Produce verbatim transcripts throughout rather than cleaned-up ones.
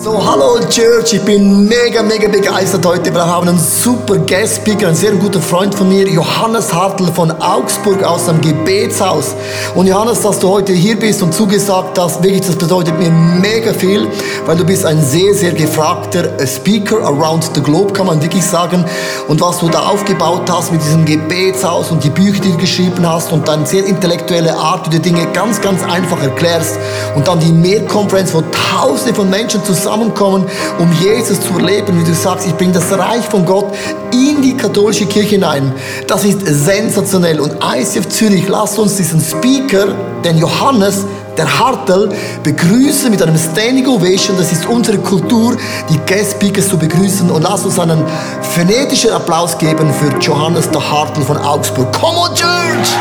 So, hallo Church, ich bin mega, mega begeistert heute. Wir haben einen super Guest-Speaker, einen sehr guten Freund von mir, Johannes Hartl von Augsburg aus dem Gebetshaus. Und Johannes, dass du heute hier bist und zugesagt hast, wirklich, das bedeutet mir mega viel, weil du bist ein sehr, sehr gefragter Speaker around the globe, kann man wirklich sagen. Und was du da aufgebaut hast mit diesem Gebetshaus und die Bücher, die du geschrieben hast und deine sehr intellektuelle Art, wie du Dinge ganz, ganz einfach erklärst. Und dann die Mehrkonferenz, wo Tausende von Menschen zusammenkommen, um Jesus zu erleben, wie du sagst, ich bringe das Reich von Gott in die katholische Kirche hinein. Das ist sensationell. Und I C F Zürich, lasst uns diesen Speaker, den Johannes, der Hartl, begrüßen mit einem Standing Ovation. Das ist unsere Kultur, die Guest Speakers zu begrüßen. Und lasst uns einen phonetischen Applaus geben für Johannes der Hartl von Augsburg. Come on, Church!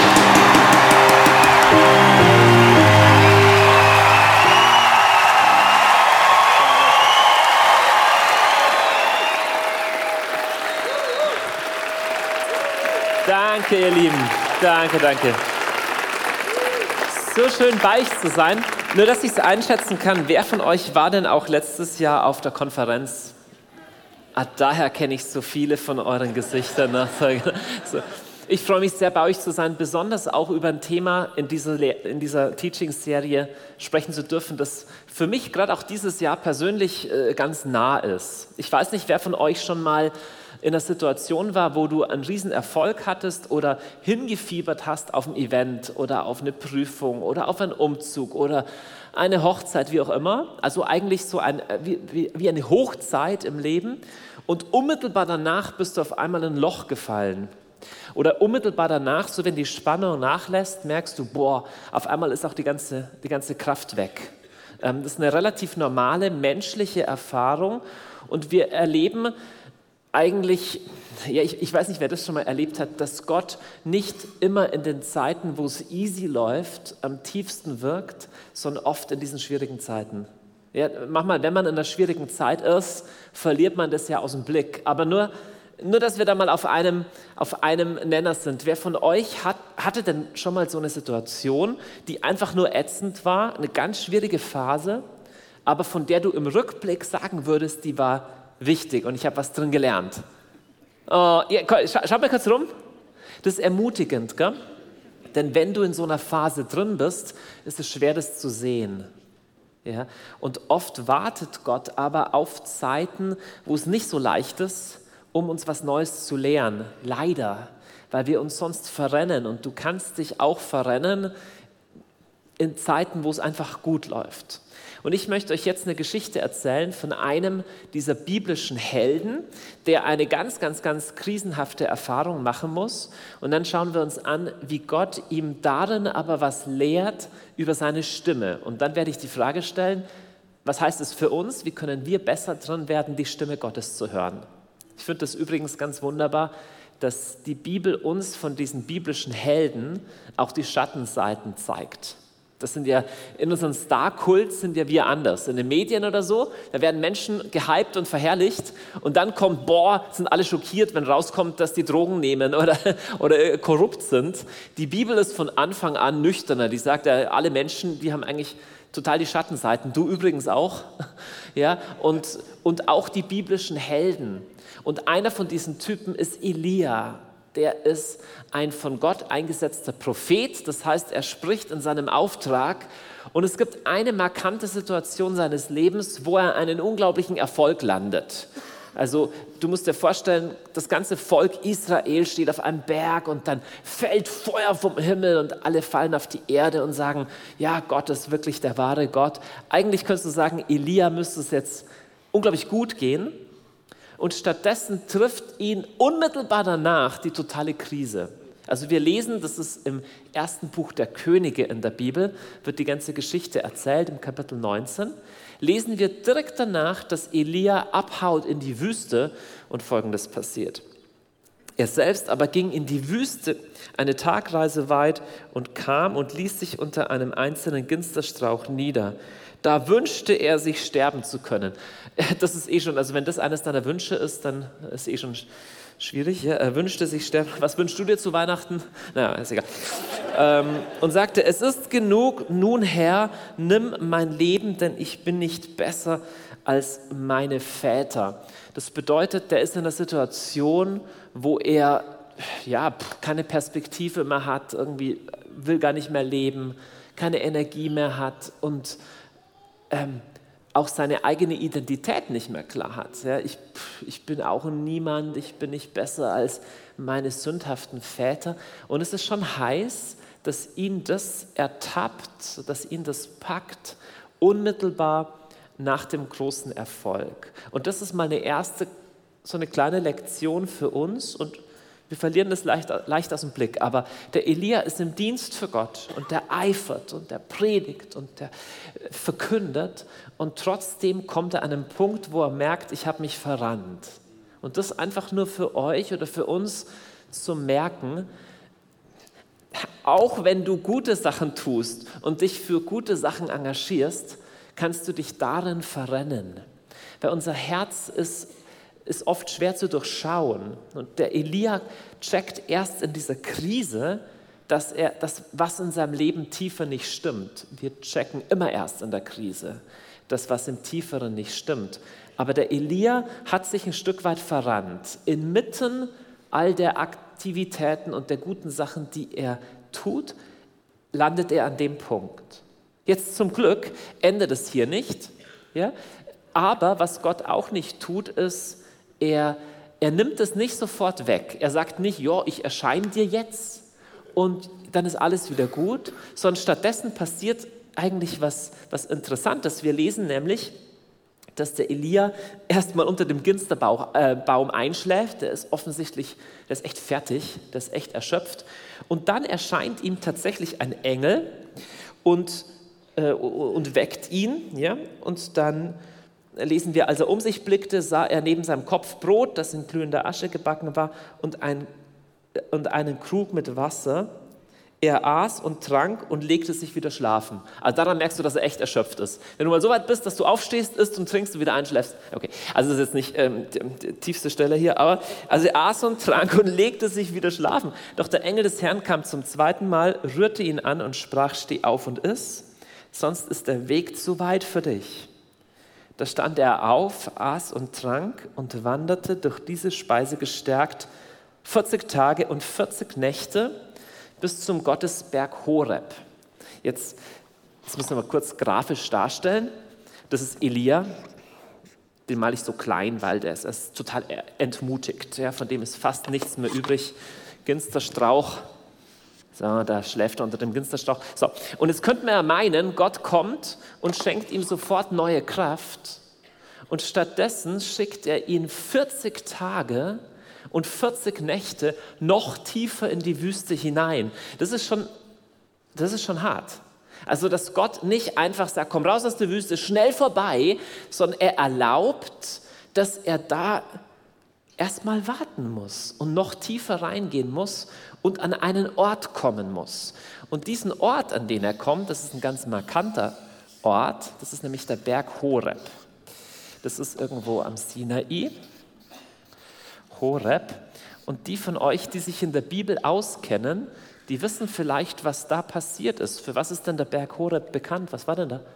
Danke, ihr Lieben. Danke, danke. So schön bei euch zu sein. Nur, dass ich es einschätzen kann, wer von euch war denn auch letztes Jahr auf der Konferenz? Ah, daher kenne ich so viele von euren Gesichtern. So. Ich freue mich sehr, bei euch zu sein, besonders auch über ein Thema in dieser, in dieser Teaching-Serie sprechen zu dürfen, das für mich gerade auch dieses Jahr persönlich äh, ganz nah ist. Ich weiß nicht, wer von euch schon mal in einer Situation war, wo du einen riesen Erfolg hattest oder hingefiebert hast auf ein Event oder auf eine Prüfung oder auf einen Umzug oder eine Hochzeit, wie auch immer. Also eigentlich so ein, wie, wie, wie eine Hochzeit im Leben und unmittelbar danach bist du auf einmal in ein Loch gefallen. Oder unmittelbar danach, so wenn die Spannung nachlässt, merkst du, boah, auf einmal ist auch die ganze, die ganze Kraft weg. Das ist eine relativ normale menschliche Erfahrung und wir erleben eigentlich, ja, ich, ich weiß nicht, wer das schon mal erlebt hat, dass Gott nicht immer in den Zeiten, wo es easy läuft, am tiefsten wirkt, sondern oft in diesen schwierigen Zeiten. Ja, manchmal, wenn man in einer schwierigen Zeit ist, verliert man das ja aus dem Blick. Aber nur, nur dass wir da mal auf einem, auf einem Nenner sind. Wer von euch hat, hatte denn schon mal so eine Situation, die einfach nur ätzend war, eine ganz schwierige Phase, aber von der du im Rückblick sagen würdest, die war wichtig und ich habe was drin gelernt. Oh, ja, scha schaut mal kurz rum. Das ist ermutigend, gell? Denn wenn du in so einer Phase drin bist, ist es schwer, das zu sehen. Ja? Und oft wartet Gott aber auf Zeiten, wo es nicht so leicht ist, um uns was Neues zu lehren. Leider, weil wir uns sonst verrennen. Und du kannst dich auch verrennen in Zeiten, wo es einfach gut läuft. Und ich möchte euch jetzt eine Geschichte erzählen von einem dieser biblischen Helden, der eine ganz, ganz, ganz krisenhafte Erfahrung machen muss. Und dann schauen wir uns an, wie Gott ihm darin aber was lehrt über seine Stimme. Und dann werde ich die Frage stellen, was heißt es für uns? Wie können wir besser drin werden, die Stimme Gottes zu hören? Ich finde das übrigens ganz wunderbar, dass die Bibel uns von diesen biblischen Helden auch die Schattenseiten zeigt. Das sind ja, in unserem Star-Kult sind ja wir anders. In den Medien oder so, da werden Menschen gehypt und verherrlicht und dann kommt, boah, sind alle schockiert, wenn rauskommt, dass die Drogen nehmen oder, oder korrupt sind. Die Bibel ist von Anfang an nüchterner. Die sagt ja, alle Menschen, die haben eigentlich total die Schattenseiten. Du übrigens auch. Ja, und, und auch die biblischen Helden. Und einer von diesen Typen ist Elia. Der ist ein von Gott eingesetzter Prophet, das heißt, er spricht in seinem Auftrag und es gibt eine markante Situation seines Lebens, wo er einen unglaublichen Erfolg landet. Also du musst dir vorstellen, das ganze Volk Israel steht auf einem Berg und dann fällt Feuer vom Himmel und alle fallen auf die Erde und sagen, ja, Gott ist wirklich der wahre Gott. Eigentlich könntest du sagen, Elia müsste es jetzt unglaublich gut gehen. Und stattdessen trifft ihn unmittelbar danach die totale Krise. Also wir lesen, das ist im ersten Buch der Könige in der Bibel, wird die ganze Geschichte erzählt im Kapitel neunzehn. Lesen wir direkt danach, dass Elia abhaut in die Wüste und Folgendes passiert. Er selbst aber ging in die Wüste eine Tagreise weit und kam und ließ sich unter einem einzelnen Ginsterstrauch nieder. Da wünschte er sich sterben zu können. Das ist eh schon, also wenn das eines deiner Wünsche ist, dann ist eh schon Schwierig, ja. Er wünschte sich sterben. Was wünschst du dir zu Weihnachten? Naja, ist egal. Ähm, und sagte, es ist genug, nun Herr, nimm mein Leben, denn ich bin nicht besser als meine Väter. Das bedeutet, der ist in einer Situation, wo er ja, keine Perspektive mehr hat, irgendwie will gar nicht mehr leben, keine Energie mehr hat und ähm, auch seine eigene Identität nicht mehr klar hat. Ja, ich, ich bin auch niemand, ich bin nicht besser als meine sündhaften Väter. Und es ist schon heiß, dass ihn das ertappt, dass ihn das packt, unmittelbar nach dem großen Erfolg. Und das ist mal eine erste, so eine kleine Lektion für uns und wir verlieren das leicht, leicht aus dem Blick, aber der Elia ist im Dienst für Gott und der eifert und der predigt und der verkündet und trotzdem kommt er an einen Punkt, wo er merkt, ich habe mich verrannt. Und das einfach nur für euch oder für uns zu merken, auch wenn du gute Sachen tust und dich für gute Sachen engagierst, kannst du dich darin verrennen. Weil unser Herz ist ist oft schwer zu durchschauen. Und der Elia checkt erst in dieser Krise, dass er das, was in seinem Leben tiefer nicht stimmt. Wir checken immer erst in der Krise, das, was im Tieferen nicht stimmt. Aber der Elia hat sich ein Stück weit verrannt. Inmitten all der Aktivitäten und der guten Sachen, die er tut, landet er an dem Punkt. Jetzt zum Glück endet es hier nicht. Ja? Aber was Gott auch nicht tut, ist, Er, er nimmt es nicht sofort weg. Er sagt nicht, ja, ich erscheine dir jetzt und dann ist alles wieder gut, sondern stattdessen passiert eigentlich was, was Interessantes. Wir lesen nämlich, dass der Elia erstmal unter dem Ginsterbaum äh, einschläft. Der ist offensichtlich, der ist echt fertig, der ist echt erschöpft. Und dann erscheint ihm tatsächlich ein Engel und, äh, und weckt ihn. Ja? Und dann lesen wir, als er um sich blickte, sah er neben seinem Kopf Brot, das in glühender Asche gebacken war, und, ein, und einen Krug mit Wasser. Er aß und trank und legte sich wieder schlafen. Also daran merkst du, dass er echt erschöpft ist. Wenn du mal so weit bist, dass du aufstehst, isst und trinkst und wieder einschläfst. Okay, also das ist jetzt nicht ähm, die, die tiefste Stelle hier, aber also er aß und trank und legte sich wieder schlafen. Doch der Engel des Herrn kam zum zweiten Mal, rührte ihn an und sprach, steh auf und iss, sonst ist der Weg zu weit für dich. Da stand er auf, aß und trank und wanderte durch diese Speise gestärkt vierzig Tage und vierzig Nächte bis zum Gottesberg Horeb. Jetzt, das müssen wir mal kurz grafisch darstellen. Das ist Elia, den male ich so klein, weil der ist, er ist total entmutigt. Ja, von dem ist fast nichts mehr übrig. Ginsterstrauch. So, da schläft er unter dem Ginsterstrauch. So, und jetzt könnte man ja meinen, Gott kommt und schenkt ihm sofort neue Kraft. Und stattdessen schickt er ihn vierzig Tage und vierzig Nächte noch tiefer in die Wüste hinein. Das ist schon, das ist schon hart. Also, dass Gott nicht einfach sagt, komm raus aus der Wüste, schnell vorbei, sondern er erlaubt, dass er da erstmal warten muss und noch tiefer reingehen muss und an einen Ort kommen muss. Und diesen Ort, an den er kommt, das ist ein ganz markanter Ort, das ist nämlich der Berg Horeb. Das ist irgendwo am Sinai, Horeb. Und die von euch, die sich in der Bibel auskennen, die wissen vielleicht, was da passiert ist. Für was ist denn der Berg Horeb bekannt? Was war denn da?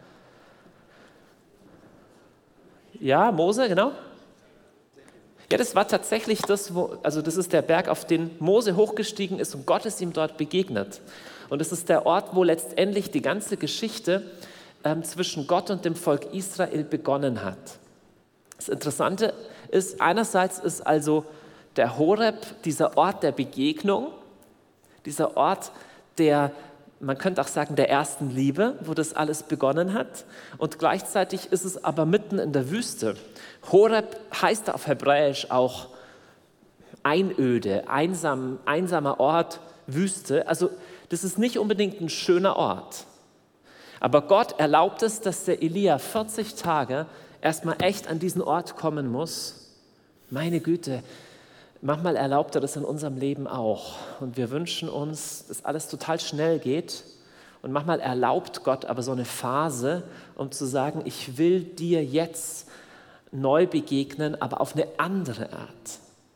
Ja, Mose, genau. Ja, das war tatsächlich das, wo, also das ist der Berg, auf den Mose hochgestiegen ist und Gott ist ihm dort begegnet. Und es ist der Ort, wo letztendlich die ganze Geschichte ähm, zwischen Gott und dem Volk Israel begonnen hat. Das Interessante ist, einerseits ist also der Horeb dieser Ort der Begegnung, dieser Ort der, man könnte auch sagen, der ersten Liebe, wo das alles begonnen hat. Und gleichzeitig ist es aber mitten in der Wüste. Horeb heißt auf Hebräisch auch Einöde, einsam, einsamer Ort, Wüste. Also das ist nicht unbedingt ein schöner Ort. Aber Gott erlaubt es, dass der Elia vierzig Tage erstmal echt an diesen Ort kommen muss. Meine Güte, manchmal erlaubt er das in unserem Leben auch. Und wir wünschen uns, dass alles total schnell geht. Und manchmal erlaubt Gott aber so eine Phase, um zu sagen, ich will dir jetzt neu begegnen, aber auf eine andere Art.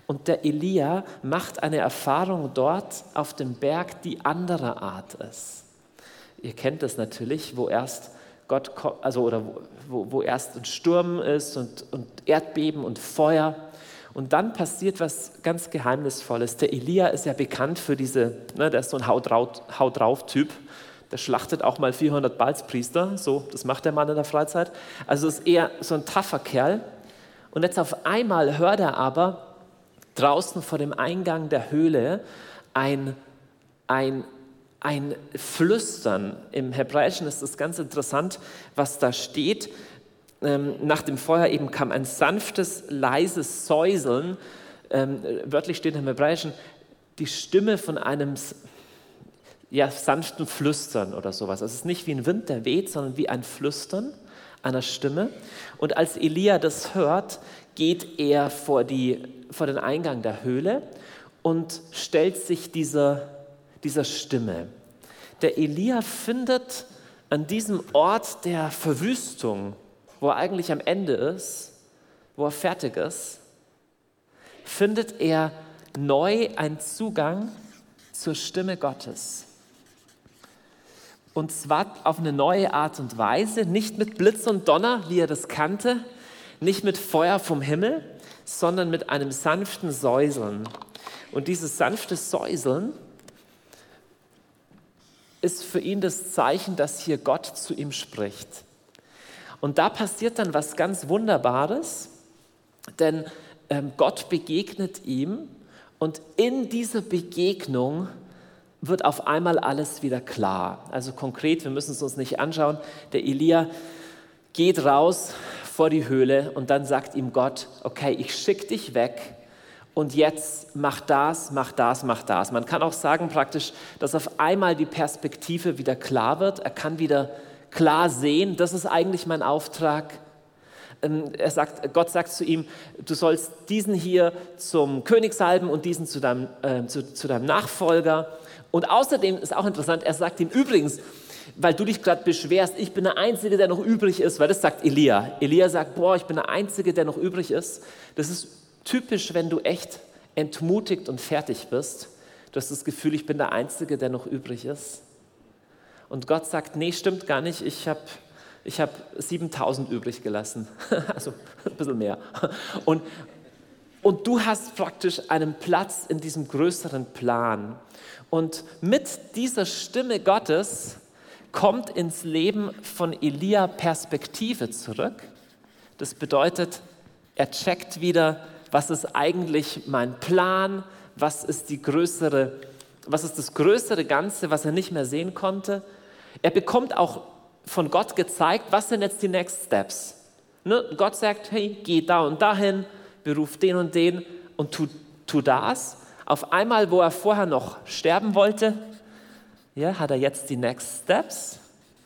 Und der Elia macht eine Erfahrung dort auf dem Berg, die anderer Art ist. Ihr kennt das natürlich, wo erst Gott, also oder wo, wo erst ein Sturm ist und, und Erdbeben und Feuer. Und dann passiert was ganz Geheimnisvolles. Der Elia ist ja bekannt für diese, ne, der ist so ein Haut-drauf-Typ. Der schlachtet auch mal vierhundert Baalspriester, so, das macht der Mann in der Freizeit. Also ist eher so ein tougher Kerl. Und jetzt auf einmal hört er aber draußen vor dem Eingang der Höhle ein, ein, ein Flüstern. Im Hebräischen ist es ganz interessant, was da steht. Ähm, nach dem Feuer eben kam ein sanftes, leises Säuseln. Ähm, wörtlich steht im Hebräischen die Stimme von einem ja, sanften Flüstern oder sowas. Also es ist nicht wie ein Wind, der weht, sondern wie ein Flüstern einer Stimme. Und als Elia das hört, geht er vor, die, vor den Eingang der Höhle und stellt sich dieser, dieser Stimme. Der Elia findet an diesem Ort der Verwüstung, wo er eigentlich am Ende ist, wo er fertig ist, findet er neu einen Zugang zur Stimme Gottes. Und zwar auf eine neue Art und Weise, nicht mit Blitz und Donner, wie er das kannte, nicht mit Feuer vom Himmel, sondern mit einem sanften Säuseln. Und dieses sanfte Säuseln ist für ihn das Zeichen, dass hier Gott zu ihm spricht. Und da passiert dann was ganz Wunderbares, denn ähm, Gott begegnet ihm und in dieser Begegnung wird auf einmal alles wieder klar. Also konkret, wir müssen es uns nicht anschauen, der Elia geht raus vor die Höhle und dann sagt ihm Gott, okay, ich schicke dich weg und jetzt mach das, mach das, mach das. Man kann auch sagen praktisch, dass auf einmal die Perspektive wieder klar wird. Er kann wieder klar sehen, das ist eigentlich mein Auftrag. Er sagt, Gott sagt zu ihm, du sollst diesen hier zum König salben und diesen zu deinem, äh, zu, zu deinem Nachfolger. Und außerdem ist auch interessant, er sagt ihm übrigens, weil du dich gerade beschwerst, ich bin der Einzige, der noch übrig ist, weil das sagt Elia. Elia sagt, boah, ich bin der Einzige, der noch übrig ist. Das ist typisch, wenn du echt entmutigt und fertig bist. Du hast das Gefühl, ich bin der Einzige, der noch übrig ist. Und Gott sagt, nee, stimmt gar nicht, ich habe ich hab siebentausend übrig gelassen. Also ein bisschen mehr. Und, und du hast praktisch einen Platz in diesem größeren Plan. Und mit dieser Stimme Gottes kommt ins Leben von Elia Perspektive zurück. Das bedeutet, er checkt wieder, was ist eigentlich mein Plan, was ist, die größere, was ist das größere Ganze, was er nicht mehr sehen konnte. Er bekommt auch von Gott gezeigt, was sind jetzt die Next Steps. Ne? Gott sagt, hey, geh da und dahin, beruf den und den und tu, tu das. Auf einmal, wo er vorher noch sterben wollte, ja, hat er jetzt die Next Steps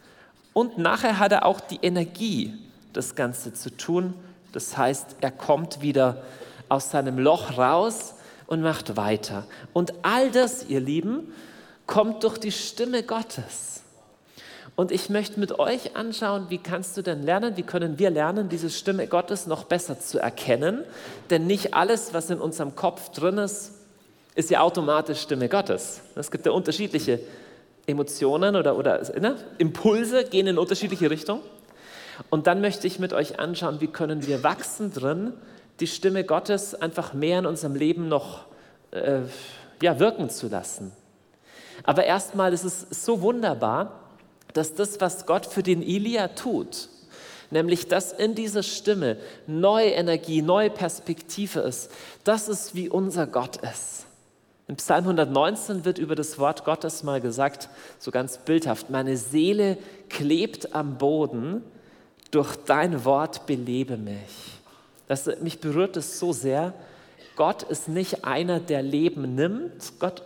und nachher hat er auch die Energie, das Ganze zu tun. Das heißt, er kommt wieder aus seinem Loch raus und macht weiter. Und all das, ihr Lieben, kommt durch die Stimme Gottes. Und ich möchte mit euch anschauen, wie kannst du denn lernen, wie können wir lernen, diese Stimme Gottes noch besser zu erkennen? Denn nicht alles, was in unserem Kopf drin ist, ist ja automatisch Stimme Gottes. Es gibt ja unterschiedliche Emotionen oder, oder ne? Impulse gehen in unterschiedliche Richtungen. Und dann möchte ich mit euch anschauen, wie können wir wachsen drin, die Stimme Gottes einfach mehr in unserem Leben noch äh, ja, wirken zu lassen. Aber erstmal ist es so wunderbar, dass das, was Gott für den Elia tut, nämlich dass in dieser Stimme neue Energie, neue Perspektive ist, das ist, wie unser Gott ist. In Psalm hundertneunzehn wird über das Wort Gottes mal gesagt, so ganz bildhaft, meine Seele klebt am Boden, durch dein Wort belebe mich. Das, mich berührt es so sehr. Gott ist nicht einer, der Leben nimmt. Gott,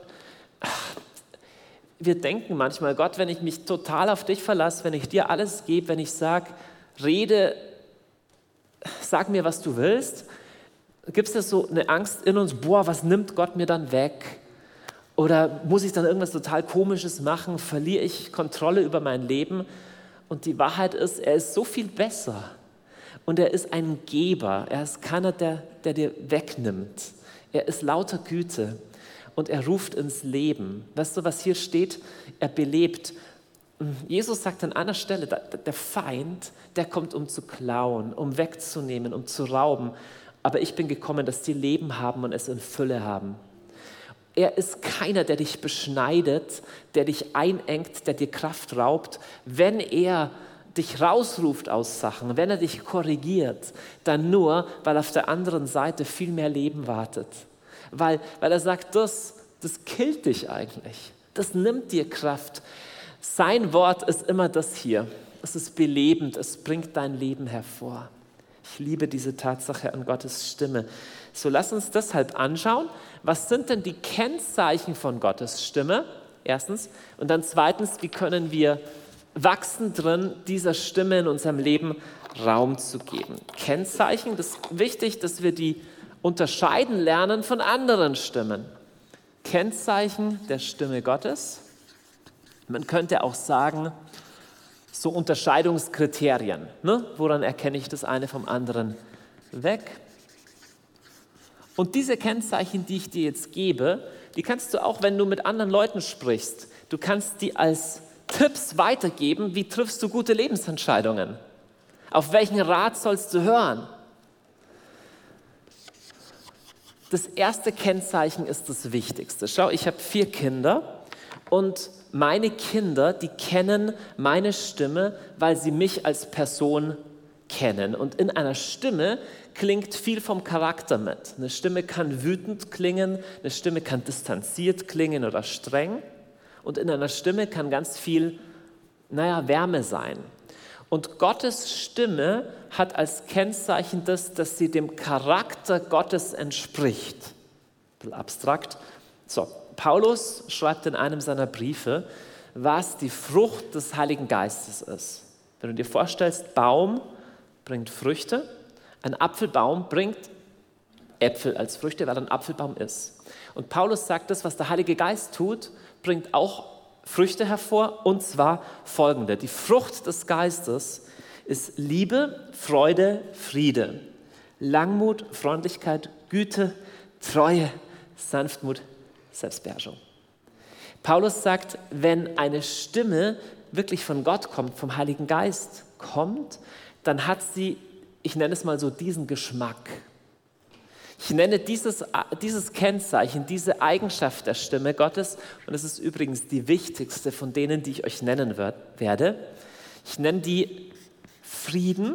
wir denken manchmal, Gott, wenn ich mich total auf dich verlasse, wenn ich dir alles gebe, wenn ich sage, rede, sag mir, was du willst, gibt es da so eine Angst in uns, boah, was nimmt Gott mir dann weg? Oder muss ich dann irgendwas total Komisches machen? Verliere ich Kontrolle über mein Leben? Und die Wahrheit ist, er ist so viel besser. Und er ist ein Geber. Er ist keiner, der, der dir wegnimmt. Er ist lauter Güte und er ruft ins Leben. Weißt du, was hier steht? Er belebt. Jesus sagt an einer Stelle, der Feind, der kommt, um zu klauen, um wegzunehmen, um zu rauben. Aber ich bin gekommen, dass die Leben haben und es in Fülle haben. Er ist keiner, der dich beschneidet, der dich einengt, der dir Kraft raubt. Wenn er dich rausruft aus Sachen, wenn er dich korrigiert, dann nur, weil auf der anderen Seite viel mehr Leben wartet. Weil, weil er sagt, das, das killt dich eigentlich. Das nimmt dir Kraft. Sein Wort ist immer das hier. Es ist belebend, es bringt dein Leben hervor. Ich liebe diese Tatsache an Gottes Stimme. So, lass uns deshalb anschauen, was sind denn die Kennzeichen von Gottes Stimme? Erstens. Und dann zweitens, wie können wir wachsen drin, dieser Stimme in unserem Leben Raum zu geben. Kennzeichen, das ist wichtig, dass wir die unterscheiden lernen von anderen Stimmen. Kennzeichen der Stimme Gottes. Man könnte auch sagen, so Unterscheidungskriterien. Ne? Woran erkenne ich das eine vom anderen weg? Und diese Kennzeichen, die ich dir jetzt gebe, die kannst du auch, wenn du mit anderen Leuten sprichst, du kannst die als Tipps weitergeben, wie triffst du gute Lebensentscheidungen? Auf welchen Rat sollst du hören? Das erste Kennzeichen ist das Wichtigste. Schau, ich habe vier Kinder und meine Kinder, die kennen meine Stimme, weil sie mich als Person kennen. Und in einer Stimme klingt viel vom Charakter mit. Eine Stimme kann wütend klingen, eine Stimme kann distanziert klingen oder streng. Und in einer Stimme kann ganz viel, naja, Wärme sein. Und Gottes Stimme hat als Kennzeichen das, dass sie dem Charakter Gottes entspricht. Ein bisschen abstrakt. So, Paulus schreibt in einem seiner Briefe, was die Frucht des Heiligen Geistes ist. Wenn du dir vorstellst, Baum bringt Früchte, ein Apfelbaum bringt Äpfel als Früchte, weil er ein Apfelbaum ist. Und Paulus sagt, das, was der Heilige Geist tut, bringt auch Früchte hervor, und zwar folgende. Die Frucht des Geistes ist Liebe, Freude, Friede, Langmut, Freundlichkeit, Güte, Treue, Sanftmut, Selbstbeherrschung. Paulus sagt, wenn eine Stimme wirklich von Gott kommt, vom Heiligen Geist kommt, dann hat sie, ich nenne es mal so, diesen Geschmack. Ich nenne dieses, dieses Kennzeichen, diese Eigenschaft der Stimme Gottes, und es ist übrigens die wichtigste von denen, die ich euch nennen wird, werde. Ich nenne die Frieden,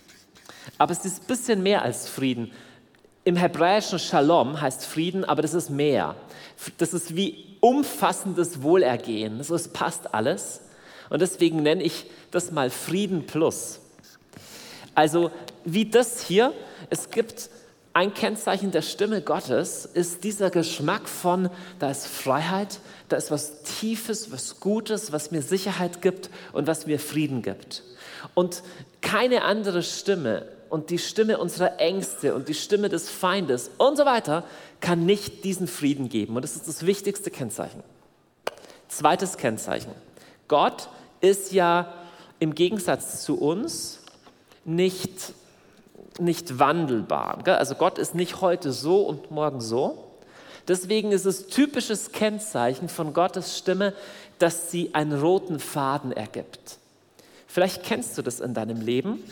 aber es ist ein bisschen mehr als Frieden. Im Hebräischen Shalom heißt Frieden, aber das ist mehr. Das ist wie umfassendes Wohlergehen. Das ist, passt alles. Und deswegen nenne ich das mal Frieden plus. Also wie das hier, es gibt ein Kennzeichen der Stimme Gottes, ist dieser Geschmack von, da ist Freiheit, da ist was Tiefes, was Gutes, was mir Sicherheit gibt und was mir Frieden gibt. Und keine andere Stimme und die Stimme unserer Ängste und die Stimme des Feindes und so weiter kann nicht diesen Frieden geben. Und das ist das wichtigste Kennzeichen. Zweites Kennzeichen. Gott ist ja im Gegensatz zu uns nicht, nicht wandelbar. Also Gott ist nicht heute so und morgen so. Deswegen ist es typisches Kennzeichen von Gottes Stimme, dass sie einen roten Faden ergibt. Vielleicht kennst du das in deinem Leben,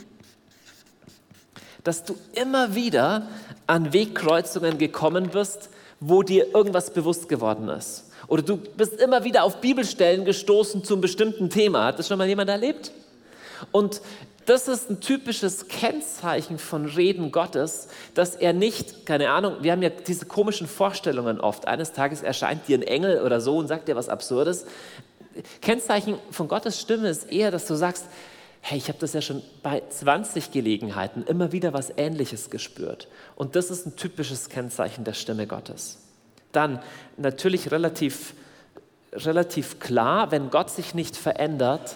dass du immer wieder an Wegkreuzungen gekommen bist, wo dir irgendwas bewusst geworden ist. Oder du bist immer wieder auf Bibelstellen gestoßen zum bestimmten Thema. Hat das schon mal jemand erlebt? Und das ist ein typisches Kennzeichen von Reden Gottes, dass er nicht, keine Ahnung, wir haben ja diese komischen Vorstellungen oft. Eines Tages erscheint dir ein Engel oder so und sagt dir was Absurdes. Kennzeichen von Gottes Stimme ist eher, dass du sagst, hey, ich habe das ja schon bei zwanzig Gelegenheiten immer wieder was Ähnliches gespürt. Und das ist ein typisches Kennzeichen der Stimme Gottes. Dann natürlich relativ, relativ klar, wenn Gott sich nicht verändert,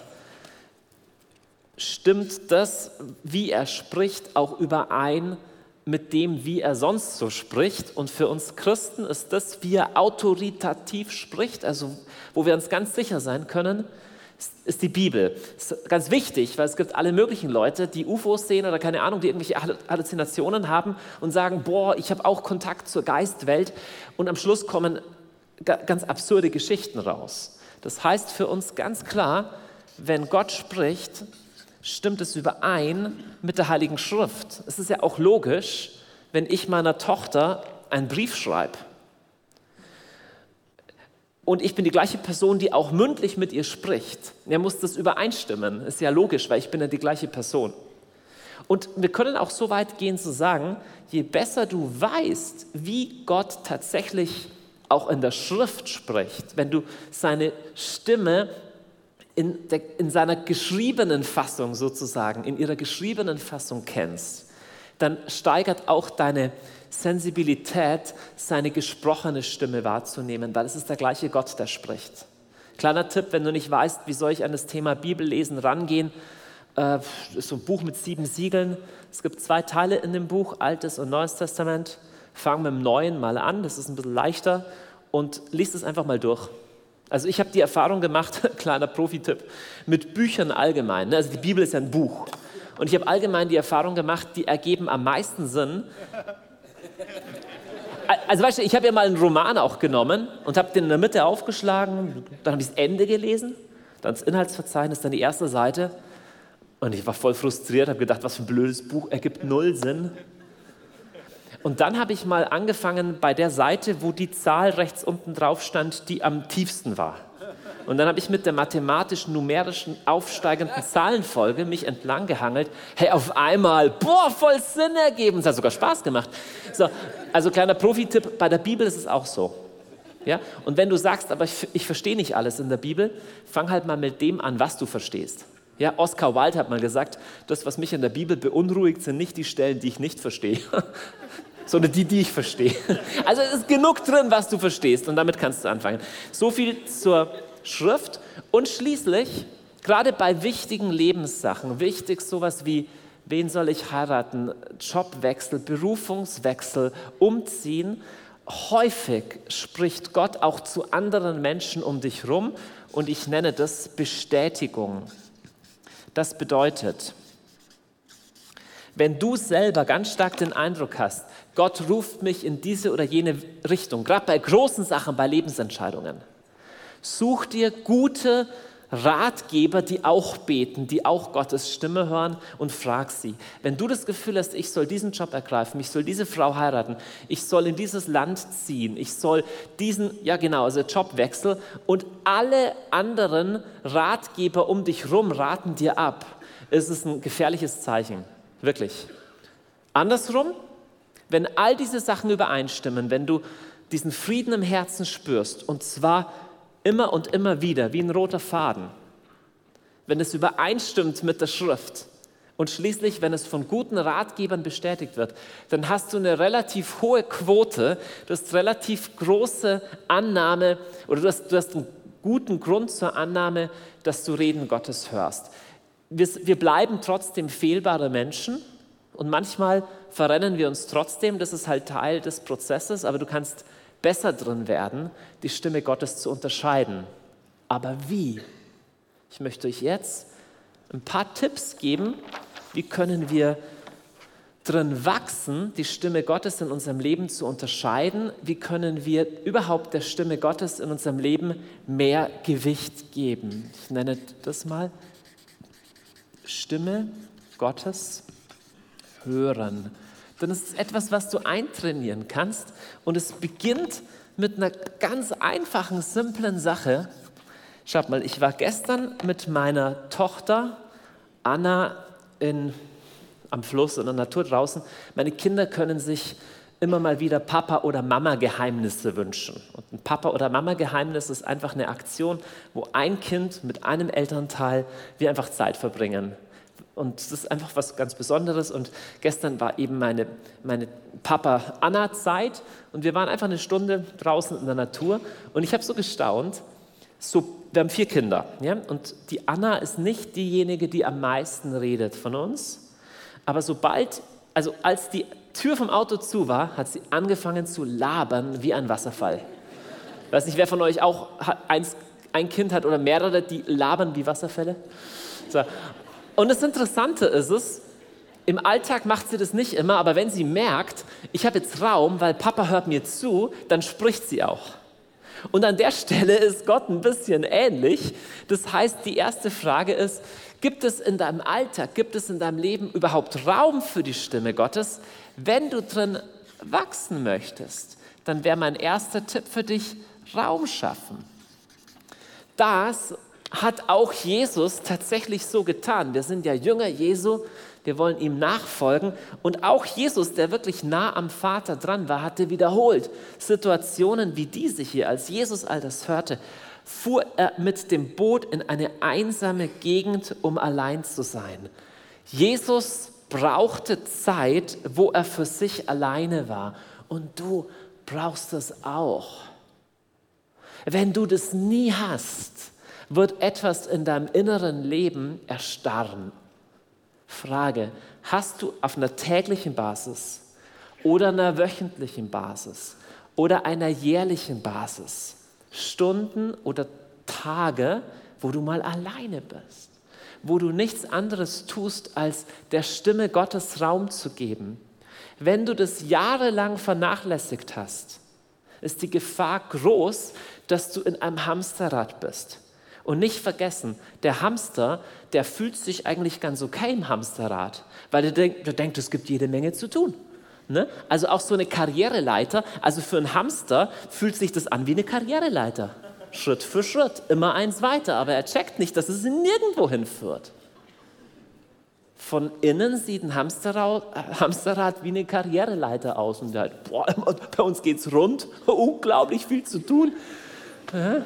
stimmt das, wie er spricht, auch überein mit dem, wie er sonst so spricht. Und für uns Christen ist das, wie er autoritativ spricht, also wo wir uns ganz sicher sein können, ist die Bibel. Das ist ganz wichtig, weil es gibt alle möglichen Leute, die U F Os sehen oder keine Ahnung, die irgendwelche Halluzinationen haben und sagen, boah, ich habe auch Kontakt zur Geistwelt, und am Schluss kommen ganz absurde Geschichten raus. Das heißt für uns ganz klar, wenn Gott spricht, stimmt es überein mit der Heiligen Schrift. Es ist ja auch logisch, wenn ich meiner Tochter einen Brief schreibe und ich bin die gleiche Person, die auch mündlich mit ihr spricht, ja, muss das übereinstimmen. Ist ja logisch, weil ich bin ja die gleiche Person. Und wir können auch so weit gehen zu sagen, je besser du weißt, wie Gott tatsächlich auch in der Schrift spricht, wenn du seine Stimme in, der, in seiner geschriebenen Fassung sozusagen, in ihrer geschriebenen Fassung kennst, dann steigert auch deine Sensibilität, seine gesprochene Stimme wahrzunehmen, weil es ist der gleiche Gott, der spricht. Kleiner Tipp, wenn du nicht weißt, wie soll ich an das Thema Bibellesen rangehen, äh, ist so ein Buch mit sieben Siegeln. Es gibt zwei Teile in dem Buch, Altes und Neues Testament. Fang mit dem Neuen mal an, das ist ein bisschen leichter, und lies es einfach mal durch. Also ich habe die Erfahrung gemacht, kleiner Profi-Tipp, mit Büchern allgemein. Also die Bibel ist ja ein Buch. Und ich habe allgemein die Erfahrung gemacht, die ergeben am meisten Sinn. Also weißt du, ich habe ja mal einen Roman auch genommen und habe den in der Mitte aufgeschlagen, dann habe ich das Ende gelesen, dann das Inhaltsverzeichnis, dann die erste Seite, und ich war voll frustriert, habe gedacht, was für ein blödes Buch, ergibt null Sinn. Und dann habe ich mal angefangen bei der Seite, wo die Zahl rechts unten drauf stand, die am tiefsten war. Und dann habe ich mit der mathematischen, numerischen, aufsteigenden Zahlenfolge mich entlang gehangelt. Hey, auf einmal, boah, voll Sinn ergeben. Es hat sogar Spaß gemacht. So, also kleiner Profi-Tipp, bei der Bibel ist es auch so. Ja? Und wenn du sagst, aber ich, ich verstehe nicht alles in der Bibel, fang halt mal mit dem an, was du verstehst. Ja, Oscar Wilde hat mal gesagt, das, was mich in der Bibel beunruhigt, sind nicht die Stellen, die ich nicht verstehe, sondern die, die ich verstehe. Also es ist genug drin, was du verstehst, und damit kannst du anfangen. So viel zur Schrift. Und schließlich, gerade bei wichtigen Lebenssachen, wichtig sowas wie, wen soll ich heiraten, Jobwechsel, Berufungswechsel, umziehen, häufig spricht Gott auch zu anderen Menschen um dich rum, und ich nenne das Bestätigung. Das bedeutet, wenn du selber ganz stark den Eindruck hast, Gott ruft mich in diese oder jene Richtung, gerade bei großen Sachen, bei Lebensentscheidungen, such dir gute Ratgeber, die auch beten, die auch Gottes Stimme hören, und frag sie. Wenn du das Gefühl hast, ich soll diesen Job ergreifen, ich soll diese Frau heiraten, ich soll in dieses Land ziehen, ich soll diesen, ja genau, also Jobwechsel, und alle anderen Ratgeber um dich rum raten dir ab, ist es ein gefährliches Zeichen, wirklich. Andersrum, wenn all diese Sachen übereinstimmen, wenn du diesen Frieden im Herzen spürst, und zwar immer und immer wieder, wie ein roter Faden, wenn es übereinstimmt mit der Schrift und schließlich, wenn es von guten Ratgebern bestätigt wird, dann hast du eine relativ hohe Quote, du hast relativ große Annahme, oder du hast, du hast einen guten Grund zur Annahme, dass du Reden Gottes hörst. Wir, wir bleiben trotzdem fehlbare Menschen, und manchmal verrennen wir uns trotzdem, das ist halt Teil des Prozesses, aber du kannst besser drin werden, die Stimme Gottes zu unterscheiden. Aber wie? Ich möchte euch jetzt ein paar Tipps geben, wie können wir drin wachsen, die Stimme Gottes in unserem Leben zu unterscheiden, wie können wir überhaupt der Stimme Gottes in unserem Leben mehr Gewicht geben. Ich nenne das mal Stimme Gottes hören. Denn es ist etwas, was du eintrainieren kannst, und es beginnt mit einer ganz einfachen, simplen Sache. Schaut mal, ich war gestern mit meiner Tochter Anna in, am Fluss in der Natur draußen. Meine Kinder können sich immer mal wieder Papa- oder Mama-Geheimnisse wünschen. Und ein Papa- oder Mama-Geheimnis ist einfach eine Aktion, wo ein Kind mit einem Elternteil wir einfach Zeit verbringen. Und das ist einfach was ganz Besonderes. Und gestern war eben meine, meine Papa-Anna-Zeit, und wir waren einfach eine Stunde draußen in der Natur, und ich habe so gestaunt, so, wir haben vier Kinder, ja? Und die Anna ist nicht diejenige, die am meisten redet von uns, aber sobald, also als die Tür vom Auto zu war, hat sie angefangen zu labern wie ein Wasserfall. Ich weiß nicht, wer von euch auch eins ein Kind hat oder mehrere, die labern wie Wasserfälle. So. Und das Interessante ist es, im Alltag macht sie das nicht immer, aber wenn sie merkt, ich habe jetzt Raum, weil Papa hört mir zu, dann spricht sie auch. Und an der Stelle ist Gott ein bisschen ähnlich. Das heißt, die erste Frage ist, gibt es in deinem Alltag, gibt es in deinem Leben überhaupt Raum für die Stimme Gottes? Wenn du drin wachsen möchtest, dann wäre mein erster Tipp für dich, Raum schaffen. Das hat auch Jesus tatsächlich so getan. Wir sind ja Jünger Jesu, wir wollen ihm nachfolgen. Und auch Jesus, der wirklich nah am Vater dran war, hatte wiederholt Situationen wie diese hier. Als Jesus all das hörte, fuhr er mit dem Boot in eine einsame Gegend, um allein zu sein. Jesus brauchte Zeit, wo er für sich alleine war. Und du brauchst es auch. Wenn du das nie hast, wird etwas in deinem inneren Leben erstarren. Frage, hast du auf einer täglichen Basis oder einer wöchentlichen Basis oder einer jährlichen Basis Stunden oder Tage, wo du mal alleine bist, wo du nichts anderes tust, als der Stimme Gottes Raum zu geben? Wenn du das jahrelang vernachlässigt hast, ist die Gefahr groß, dass du in einem Hamsterrad bist. Und nicht vergessen, der Hamster, der fühlt sich eigentlich ganz okay im Hamsterrad, weil der denkt, der denkt, es gibt jede Menge zu tun. Ne? Also auch so eine Karriereleiter, also für einen Hamster fühlt sich das an wie eine Karriereleiter. Schritt für Schritt, immer eins weiter, aber er checkt nicht, dass es nirgendwo hinführt. Von innen sieht ein Hamsterrad, Hamsterrad wie eine Karriereleiter aus und der halt, boah, bei uns geht's rund, unglaublich viel zu tun. Ja.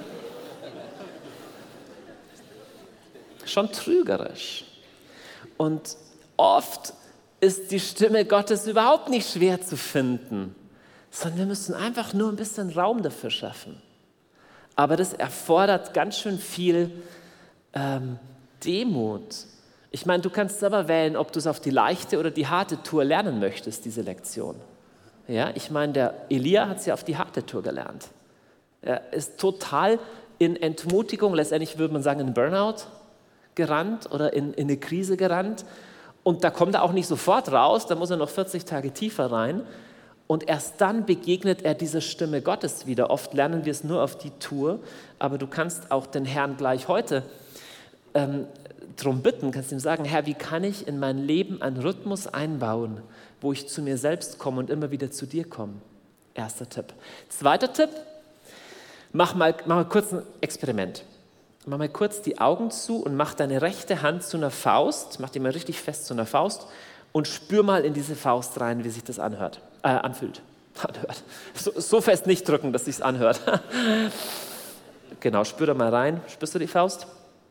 Schon trügerisch. Und oft ist die Stimme Gottes überhaupt nicht schwer zu finden, sondern wir müssen einfach nur ein bisschen Raum dafür schaffen. Aber das erfordert ganz schön viel ähm, Demut. Ich meine, du kannst selber wählen, ob du es auf die leichte oder die harte Tour lernen möchtest, diese Lektion. Ja, ich meine, der Elia hat sie auf die harte Tour gelernt. Er ist total in Entmutigung, letztendlich würde man sagen in Burnout, gerannt oder in, in eine Krise gerannt und da kommt er auch nicht sofort raus, da muss er noch vierzig Tage tiefer rein und erst dann begegnet er dieser Stimme Gottes wieder. Oft lernen wir es nur auf die Tour, aber du kannst auch den Herrn gleich heute ähm, darum bitten, kannst ihm sagen, Herr, wie kann ich in mein Leben einen Rhythmus einbauen, wo ich zu mir selbst komme und immer wieder zu dir komme? Erster Tipp. Zweiter Tipp, mach mal, mach mal kurz ein Experiment. Mach mal kurz die Augen zu und mach deine rechte Hand zu einer Faust, mach die mal richtig fest zu einer Faust und spür mal in diese Faust rein, wie sich das anhört, äh, anfühlt. anhört. So, so fest nicht drücken, dass sich's anhört. Genau, spür da mal rein. Spürst du die Faust?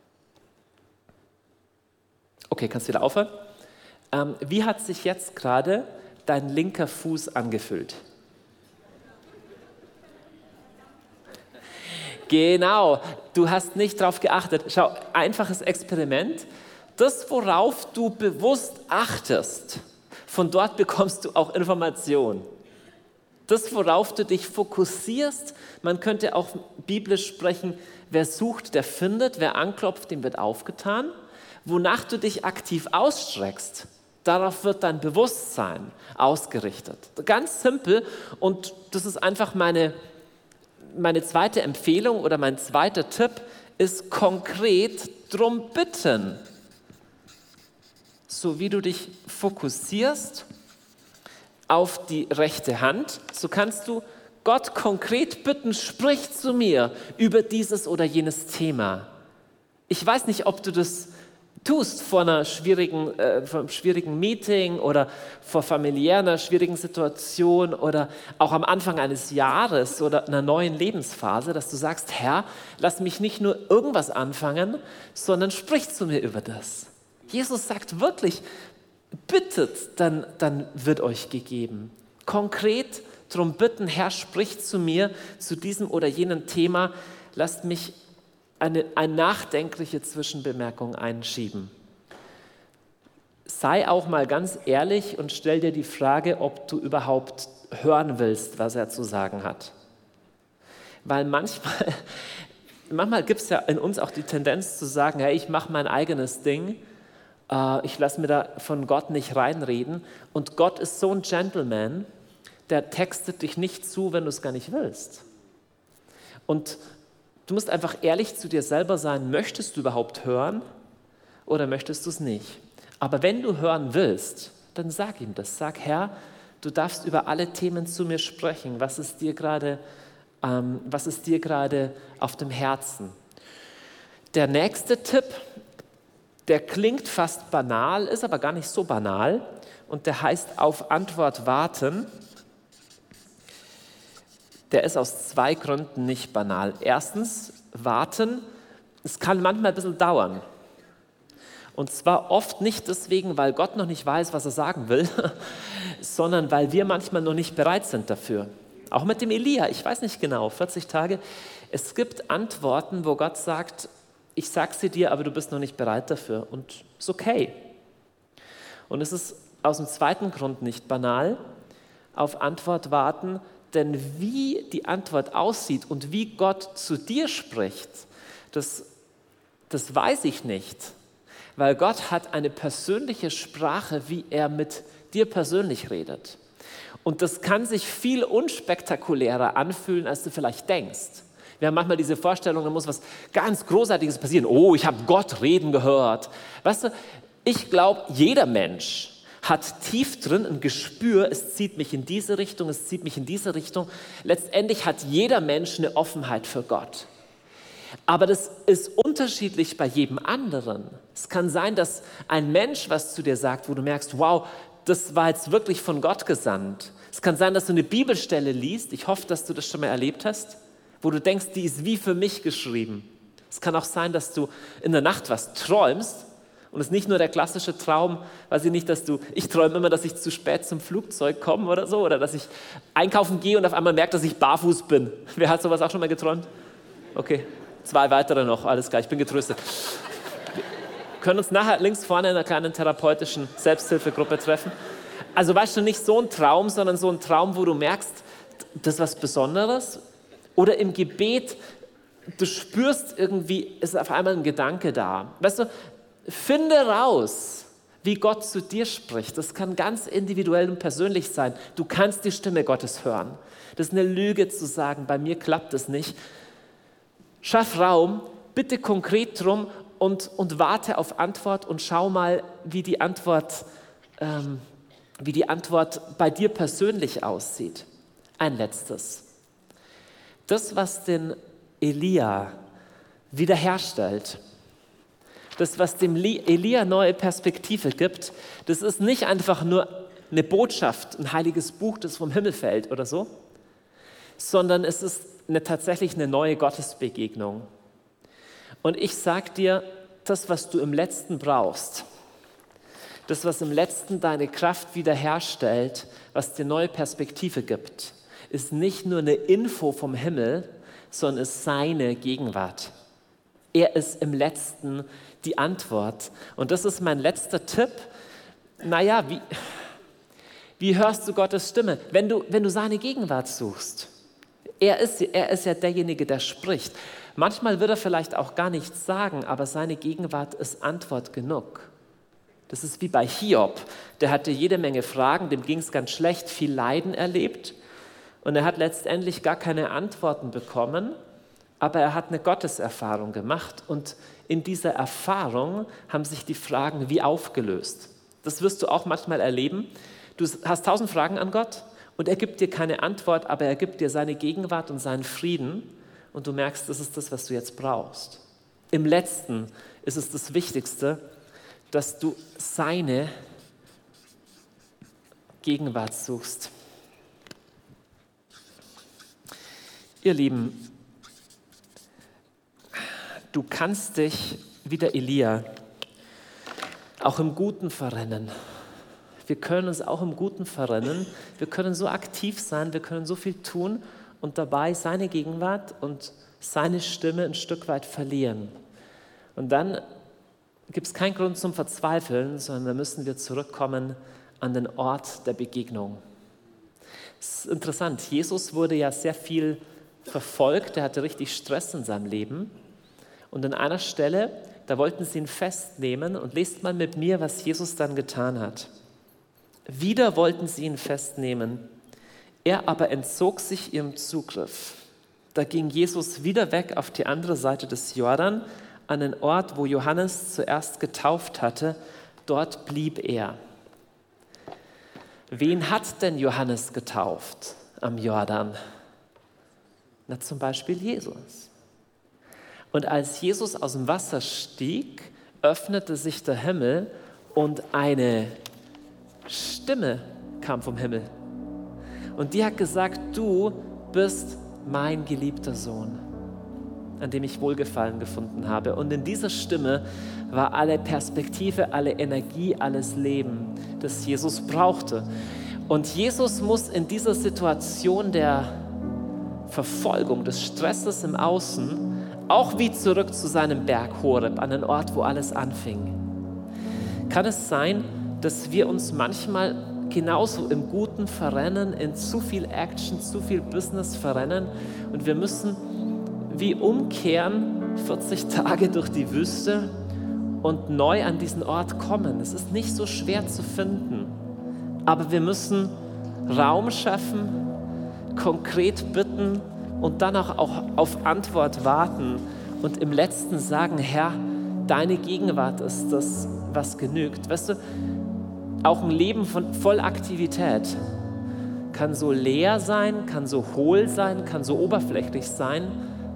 Okay, kannst wieder aufhören. Ähm, wie hat sich jetzt gerade dein linker Fuß angefühlt? Genau, du hast nicht darauf geachtet. Schau, einfaches Experiment. Das, worauf du bewusst achtest, von dort bekommst du auch Information. Das, worauf du dich fokussierst, man könnte auch biblisch sprechen, wer sucht, der findet, wer anklopft, dem wird aufgetan. Wonach du dich aktiv ausstreckst, darauf wird dein Bewusstsein ausgerichtet. Ganz simpel und das ist einfach meine Meine zweite Empfehlung oder mein zweiter Tipp ist konkret drum bitten. So wie du dich fokussierst auf die rechte Hand, so kannst du Gott konkret bitten, sprich zu mir über dieses oder jenes Thema. Ich weiß nicht, ob du das tust vor einer schwierigen, äh, vor einem schwierigen Meeting oder vor familiär einer schwierigen Situation oder auch am Anfang eines Jahres oder einer neuen Lebensphase, dass du sagst, Herr, lass mich nicht nur irgendwas anfangen, sondern sprich zu mir über das. Jesus sagt wirklich, bittet, dann, dann wird euch gegeben. Konkret darum bitten, Herr, sprich zu mir zu diesem oder jenem Thema, lasst mich Eine, eine nachdenkliche Zwischenbemerkung einschieben. Sei auch mal ganz ehrlich und stell dir die Frage, ob du überhaupt hören willst, was er zu sagen hat. Weil manchmal manchmal gibt es ja in uns auch die Tendenz zu sagen, hey, ich mache mein eigenes Ding, äh, ich lasse mir da von Gott nicht reinreden. Und Gott ist so ein Gentleman, der textet dich nicht zu, wenn du es gar nicht willst. Und du musst einfach ehrlich zu dir selber sein, möchtest du überhaupt hören oder möchtest du es nicht? Aber wenn du hören willst, dann sag ihm das. Sag, Herr, du darfst über alle Themen zu mir sprechen. Was ist dir gerade, ähm, was ist dir gerade auf dem Herzen? Der nächste Tipp, der klingt fast banal, ist aber gar nicht so banal und der heißt auf Antwort warten. Der ist aus zwei Gründen nicht banal. Erstens, warten, es kann manchmal ein bisschen dauern. Und zwar oft nicht deswegen, weil Gott noch nicht weiß, was er sagen will, sondern weil wir manchmal noch nicht bereit sind dafür. Auch mit dem Elia, ich weiß nicht genau, vierzig Tage. Es gibt Antworten, wo Gott sagt, ich sage sie dir, aber du bist noch nicht bereit dafür. Und ist okay. Und es ist aus dem zweiten Grund nicht banal, auf Antwort warten, denn wie die Antwort aussieht und wie Gott zu dir spricht, das, das weiß ich nicht. Weil Gott hat eine persönliche Sprache, wie er mit dir persönlich redet. Und das kann sich viel unspektakulärer anfühlen, als du vielleicht denkst. Wir haben manchmal diese Vorstellung, da muss was ganz Großartiges passieren. Oh, ich habe Gott reden gehört. Weißt du, ich glaube, jeder Mensch hat tief drin ein Gespür, es zieht mich in diese Richtung, es zieht mich in diese Richtung. Letztendlich hat jeder Mensch eine Offenheit für Gott. Aber das ist unterschiedlich bei jedem anderen. Es kann sein, dass ein Mensch was zu dir sagt, wo du merkst, wow, das war jetzt wirklich von Gott gesandt. Es kann sein, dass du eine Bibelstelle liest, ich hoffe, dass du das schon mal erlebt hast, wo du denkst, die ist wie für mich geschrieben. Es kann auch sein, dass du in der Nacht was träumst und es ist nicht nur der klassische Traum, weiß ich nicht, dass du, ich träume immer, dass ich zu spät zum Flugzeug komme oder so, oder dass ich einkaufen gehe und auf einmal merke, dass ich barfuß bin. Wer hat sowas auch schon mal geträumt? Okay. Zwei weitere noch, alles klar, ich bin getröstet. Wir können uns nachher links vorne in einer kleinen therapeutischen Selbsthilfegruppe treffen. Also weißt du, nicht so ein Traum, sondern so ein Traum, wo du merkst, das ist was Besonderes. Oder im Gebet, du spürst irgendwie, ist auf einmal ein Gedanke da. Weißt du, finde raus, wie Gott zu dir spricht. Das kann ganz individuell und persönlich sein. Du kannst die Stimme Gottes hören. Das ist eine Lüge zu sagen, bei mir klappt es nicht. Schaff Raum, bitte konkret drum und, und warte auf Antwort und schau mal, wie die Antwort, ähm, wie die Antwort bei dir persönlich aussieht. Ein letztes. Das, was den Elia wiederherstellt, das, was dem Elia neue Perspektive gibt, das ist nicht einfach nur eine Botschaft, ein heiliges Buch, das vom Himmel fällt oder so, sondern es ist eine, tatsächlich eine neue Gottesbegegnung. Und ich sage dir, das, was du im Letzten brauchst, das, was im Letzten deine Kraft wiederherstellt, was dir neue Perspektive gibt, ist nicht nur eine Info vom Himmel, sondern ist seine Gegenwart. Er ist im Letzten die Antwort. Und das ist mein letzter Tipp. Naja, wie, wie hörst du Gottes Stimme? Wenn du, wenn du seine Gegenwart suchst. Er ist, er ist ja derjenige, der spricht. Manchmal wird er vielleicht auch gar nichts sagen, aber seine Gegenwart ist Antwort genug. Das ist wie bei Hiob. Der hatte jede Menge Fragen, dem ging es ganz schlecht, viel Leiden erlebt. Und er hat letztendlich gar keine Antworten bekommen, aber er hat eine Gotteserfahrung gemacht. Und in dieser Erfahrung haben sich die Fragen wie aufgelöst. Das wirst du auch manchmal erleben. Du hast tausend Fragen an Gott. Und er gibt dir keine Antwort, aber er gibt dir seine Gegenwart und seinen Frieden. Und du merkst, das ist das, was du jetzt brauchst. Im Letzten ist es das Wichtigste, dass du seine Gegenwart suchst. Ihr Lieben, du kannst dich wie der Elia auch im Guten verrennen. Wir können uns auch im Guten verrennen. Wir können so aktiv sein, wir können so viel tun und dabei seine Gegenwart und seine Stimme ein Stück weit verlieren. Und dann gibt es keinen Grund zum Verzweifeln, sondern da müssen wir zurückkommen an den Ort der Begegnung. Es ist interessant, Jesus wurde ja sehr viel verfolgt, der hatte richtig Stress in seinem Leben. Und an einer Stelle, da wollten sie ihn festnehmen und lest mal mit mir, was Jesus dann getan hat. Wieder wollten sie ihn festnehmen. Er aber entzog sich ihrem Zugriff. Da ging Jesus wieder weg auf die andere Seite des Jordan, an den Ort, wo Johannes zuerst getauft hatte. Dort blieb er. Wen hat denn Johannes getauft am Jordan? Na, zum Beispiel Jesus. Und als Jesus aus dem Wasser stieg, öffnete sich der Himmel und eine Stimme kam vom Himmel. Und die hat gesagt, du bist mein geliebter Sohn, an dem ich Wohlgefallen gefunden habe. Und in dieser Stimme war alle Perspektive, alle Energie, alles Leben, das Jesus brauchte. Und Jesus muss in dieser Situation der Verfolgung, des Stresses im Außen, auch wie zurück zu seinem Berg Horeb, an den Ort, wo alles anfing. Kann es sein, dass wir uns manchmal genauso im Guten verrennen, in zu viel Action, zu viel Business verrennen und wir müssen wie umkehren, vierzig Tage durch die Wüste und neu an diesen Ort kommen. Es ist nicht so schwer zu finden, aber wir müssen Raum schaffen, konkret bitten und dann auch, auch auf Antwort warten und im Letzten sagen, Herr, deine Gegenwart ist das, was genügt. Weißt du, auch ein Leben von Vollaktivität kann so leer sein, kann so hohl sein, kann so oberflächlich sein,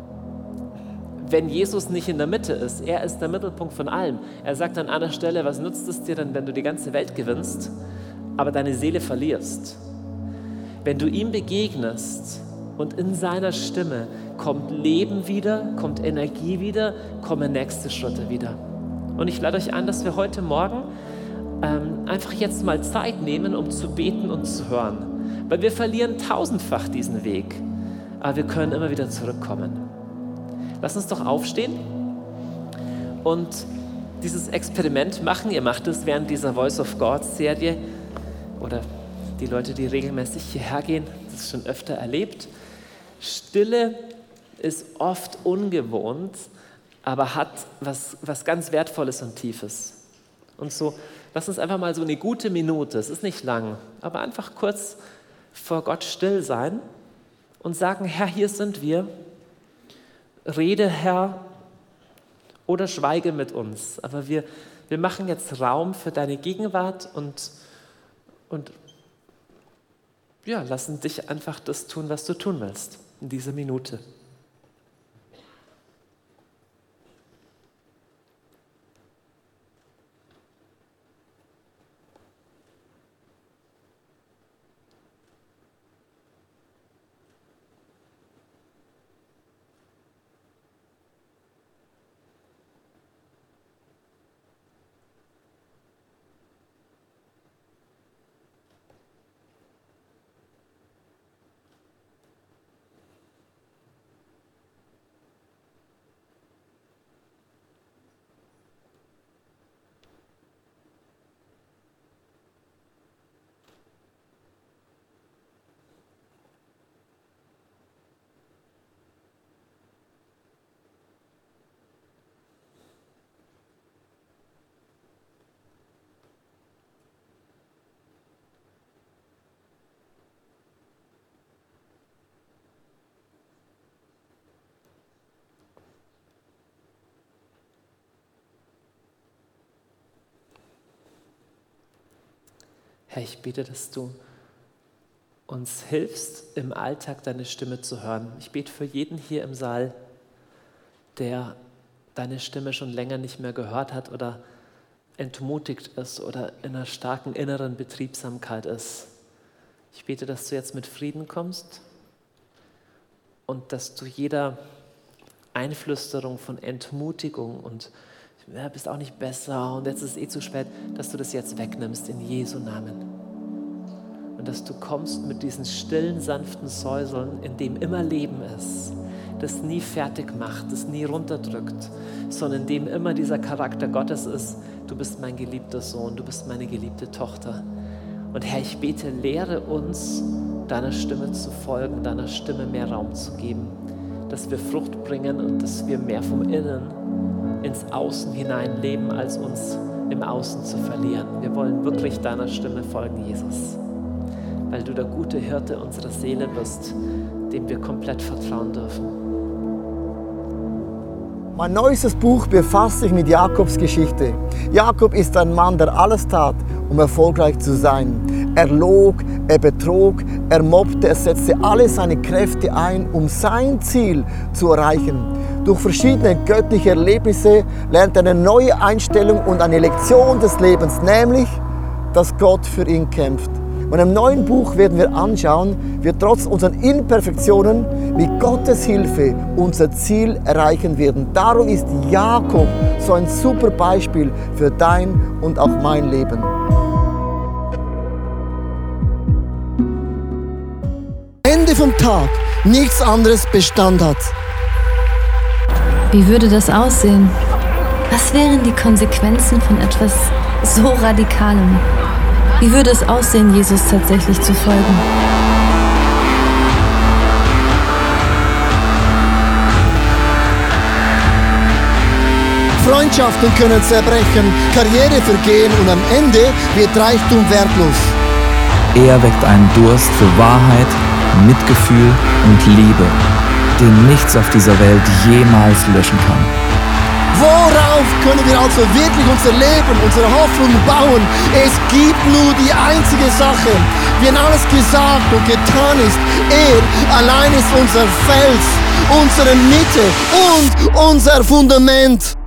wenn Jesus nicht in der Mitte ist. Er ist der Mittelpunkt von allem. Er sagt an einer Stelle, was nützt es dir denn, wenn du die ganze Welt gewinnst, aber deine Seele verlierst? Wenn du ihm begegnest und in seiner Stimme kommt Leben wieder, kommt Energie wieder, kommen nächste Schritte wieder. Und ich lade euch ein, dass wir heute Morgen ähm, einfach jetzt mal Zeit nehmen, um zu beten und zu hören. Weil wir verlieren tausendfach diesen Weg, aber wir können immer wieder zurückkommen. Lass uns doch aufstehen und dieses Experiment machen. Ihr macht es während dieser Voice of God-Serie oder die Leute, die regelmäßig hierher gehen, das schon öfter erlebt. Stille ist oft ungewohnt, aber hat was, was ganz Wertvolles und Tiefes. Und so, lass uns einfach mal so eine gute Minute, es ist nicht lang, aber einfach kurz vor Gott still sein und sagen, Herr, hier sind wir. Rede, Herr, oder schweige mit uns. Aber wir, wir machen jetzt Raum für deine Gegenwart und, und ja, lassen dich einfach das tun, was du tun willst in dieser Minute. Herr, ich bete, dass du uns hilfst, im Alltag deine Stimme zu hören. Ich bete für jeden hier im Saal, der deine Stimme schon länger nicht mehr gehört hat oder entmutigt ist oder in einer starken inneren Betriebsamkeit ist. Ich bete, dass du jetzt mit Frieden kommst und dass du jeder Einflüsterung von Entmutigung und ja, bist auch nicht besser und jetzt ist es eh zu spät, dass du das jetzt wegnimmst in Jesu Namen. Und dass du kommst mit diesen stillen, sanften Säuseln, in dem immer Leben ist, das nie fertig macht, das nie runterdrückt, sondern in dem immer dieser Charakter Gottes ist, du bist mein geliebter Sohn, du bist meine geliebte Tochter. Und Herr, ich bete, lehre uns deiner Stimme zu folgen, deiner Stimme mehr Raum zu geben, dass wir Frucht bringen und dass wir mehr vom Innen ins Außen hinein leben, als uns im Außen zu verlieren. Wir wollen wirklich deiner Stimme folgen, Jesus, weil du der gute Hirte unserer Seele bist, dem wir komplett vertrauen dürfen. Mein neuestes Buch befasst sich mit Jakobs Geschichte. Jakob ist ein Mann, der alles tat, um erfolgreich zu sein. Er log, er betrog, er mobbte, er setzte alle seine Kräfte ein, um sein Ziel zu erreichen. Durch verschiedene göttliche Erlebnisse lernt er eine neue Einstellung und eine Lektion des Lebens, nämlich, dass Gott für ihn kämpft. Und im neuen Buch werden wir anschauen, wie wir trotz unseren Imperfektionen mit Gottes Hilfe unser Ziel erreichen werden. Darum ist Jakob so ein super Beispiel für dein und auch mein Leben. Ende vom Tag nichts anderes Bestand hat. Wie würde das aussehen? Was wären die Konsequenzen von etwas so Radikalem? Wie würde es aussehen, Jesus tatsächlich zu folgen? Freundschaften können zerbrechen, Karriere vergehen und am Ende wird Reichtum wertlos. Er weckt einen Durst für Wahrheit, Mitgefühl und Liebe, den nichts auf dieser Welt jemals löschen kann. Worauf können wir also wirklich unser Leben, unsere Hoffnung bauen? Es gibt nur die einzige Sache. Wenn alles gesagt und getan ist, er allein ist unser Fels, unsere Mitte und unser Fundament.